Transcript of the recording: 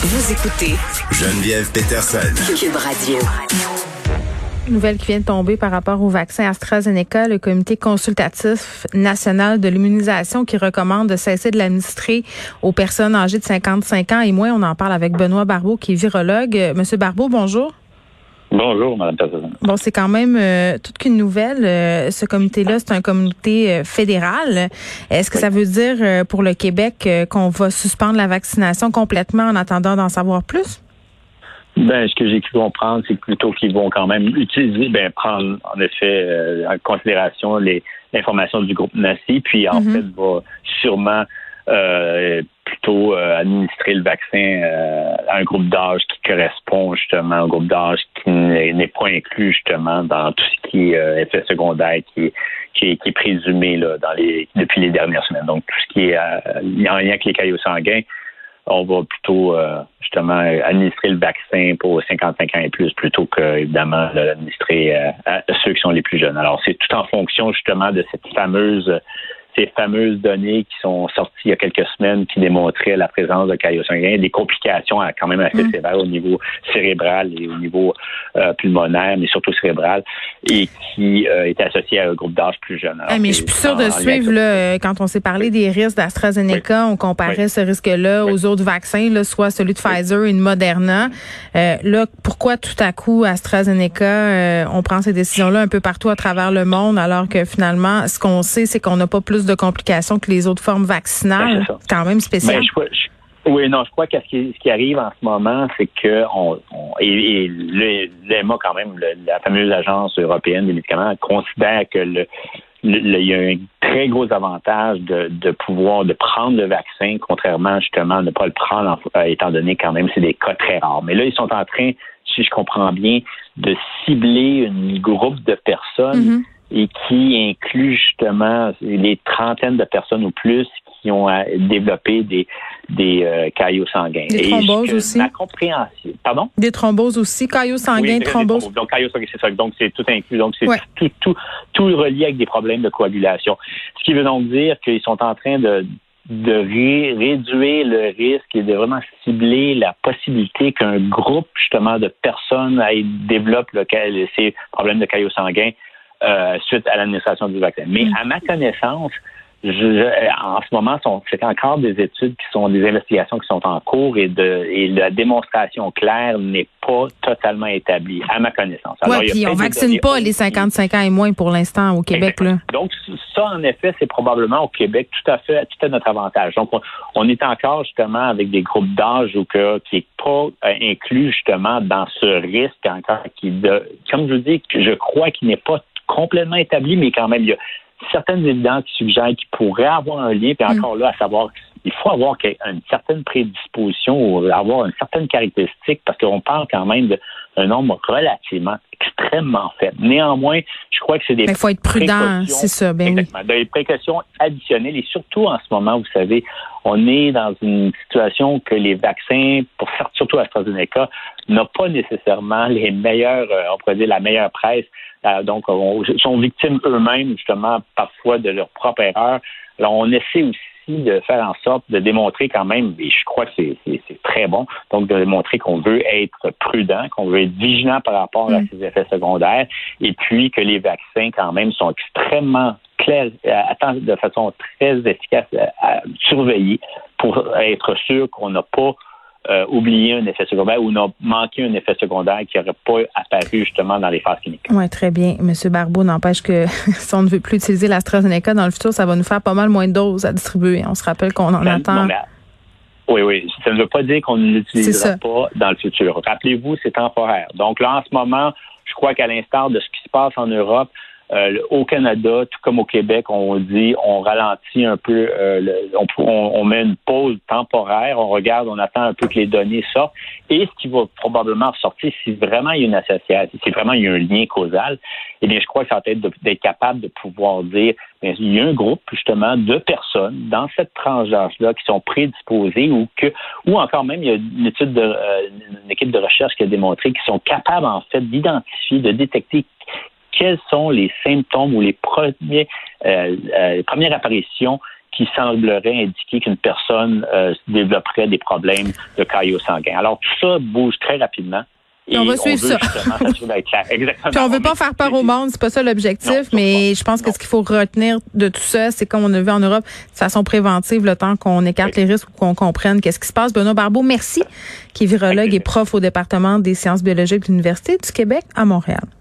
Vous écoutez Geneviève Peterson. Cube Radio. Nouvelle qui vient de tomber par rapport au vaccin AstraZeneca, le comité consultatif national de l'immunisation qui recommande de cesser de l'administrer aux personnes âgées de 55 ans et moins. On en parle avec Benoît Barbeau, qui est virologue. Monsieur Barbeau, bonjour. Bonjour, Mme Peterson. Bon, c'est quand même toute qu'une nouvelle. Ce comité-là, c'est un comité fédéral. Est-ce que ça veut dire pour le Québec qu'on va suspendre la vaccination complètement en attendant d'en savoir plus? Ben, ce que j'ai pu comprendre, c'est plutôt qu'ils vont quand même prendre en effet en considération l'information du groupe NACI, puis en fait va sûrement plutôt administrer le vaccin à un groupe d'âge qui correspond justement au groupe d'âge qui n'est pas inclus justement dans tout ce qui est effet secondaire qui est présumé là depuis les dernières semaines. Donc tout ce qui est en lien avec les caillots sanguins, on va plutôt justement administrer le vaccin pour 55 ans et plus plutôt que évidemment l'administrer à ceux qui sont les plus jeunes. Alors c'est tout en fonction justement de ces fameuses données qui sont sorties il y a quelques semaines qui démontraient la présence de caillots sanguins, des complications quand même assez sévères au niveau cérébral et au niveau pulmonaire, mais surtout cérébral, et qui étaient associées à un groupe d'âge plus jeune. Alors, mais je suis plus sûre de suivre là, quand on s'est parlé des risques d'AstraZeneca, on comparait ce risque-là aux autres vaccins, là, soit celui de Pfizer et de Moderna. Là, pourquoi tout à coup AstraZeneca, on prend ces décisions-là un peu partout à travers le monde, alors que finalement, ce qu'on sait, c'est qu'on n'a pas plus de complications que les autres formes vaccinales. C'est quand même spécial. Je crois que ce qui arrive en ce moment, c'est que l'EMA, quand même, la fameuse agence européenne des médicaments, considère que il y a un très gros avantage de pouvoir de prendre le vaccin, contrairement justement à ne pas le prendre, étant donné quand même c'est des cas très rares. Mais là, ils sont en train, si je comprends bien, de cibler un groupe de personnes et qui inclut justement les trentaines de personnes ou plus qui ont développé des caillots sanguins. Des thromboses aussi. Ma compréhension. Pardon? Des thromboses aussi, caillots sanguins, thromboses. Donc, caillots sanguins, c'est ça. Donc, c'est tout inclus. Donc, c'est tout relié avec des problèmes de coagulation. Ce qui veut donc dire qu'ils sont en train de réduire le risque et de vraiment cibler la possibilité qu'un groupe, justement, de personnes développe ces problèmes de caillots sanguins suite à l'administration du vaccin. Mais à ma connaissance, en ce moment, c'est encore des études qui sont des investigations qui sont en cours et la démonstration claire n'est pas totalement établie, à ma connaissance. Oui, puis on ne vaccine pas les 55 ans et moins pour l'instant au Québec. Là. Donc, ça, en effet, c'est probablement au Québec tout à notre avantage. Donc, on est encore justement avec des groupes d'âge qui n'est pas inclus justement dans ce risque encore comme je vous dis, je crois qu'il n'est pas complètement établi, mais quand même, il y a certaines évidences qui suggèrent qu'il pourrait avoir un lien, puis encore là, à savoir, il faut avoir une certaine prédisposition ou avoir une certaine caractéristique, parce qu'on parle quand même d'un nombre relativement extrêmement faible. Néanmoins, je crois que c'est des précautions. Il faut être prudent, c'est ça. Exactement. Des précautions additionnelles, et surtout en ce moment, vous savez, on est dans une situation que les vaccins, surtout AstraZeneca, n'ont pas nécessairement les meilleurs, on pourrait dire la meilleure presse. Donc, sont victimes eux-mêmes, justement, parfois de leur propre erreur. Alors, on essaie aussi de faire en sorte de démontrer quand même, et je crois que c'est très bon, donc de démontrer qu'on veut être prudent, qu'on veut être vigilant par rapport à ces effets secondaires, et puis que les vaccins, quand même, sont extrêmement clairs, de façon très efficace à surveiller pour être sûr qu'on n'a pas oublier un effet secondaire ou n'a manqué un effet secondaire qui n'aurait pas apparu justement dans les phases cliniques. Oui, très bien. Monsieur Barbeau, n'empêche que si on ne veut plus utiliser l'AstraZeneca dans le futur, ça va nous faire pas mal moins de doses à distribuer. On se rappelle qu'on en attend. Oui. Ça ne veut pas dire qu'on ne l'utilisera pas dans le futur. Rappelez-vous, c'est temporaire. Donc là, en ce moment, je crois qu'à l'instar de ce qui se passe en Europe, au Canada, tout comme au Québec, on ralentit un peu, on met une pause temporaire, on regarde, on attend un peu que les données sortent. Et ce qui va probablement ressortir, si vraiment il y a une association, si vraiment il y a un lien causal, eh bien, je crois que ça va être d'être capable de pouvoir dire, bien, il y a un groupe, justement, de personnes dans cette tranche d'âge-là qui sont prédisposées ou encore même, il y a une équipe de recherche qui a démontré qu'ils sont capables, en fait, d'identifier, de détecter quels sont les symptômes ou les premières apparitions qui semblerait indiquer qu'une personne développerait des problèmes de caillots sanguins. Alors, tout ça bouge très rapidement. Et on va suivre ça. Exactement. Puis on veut pas faire peur au monde, c'est pas ça l'objectif, mais je pense que ce qu'il faut retenir de tout ça, c'est comme on a vu en Europe, de façon préventive, le temps qu'on écarte les risques ou qu'on comprenne qu'est-ce qui se passe. Benoît Barbeau, merci, qui est virologue et prof au département des sciences biologiques de l'Université du Québec à Montréal.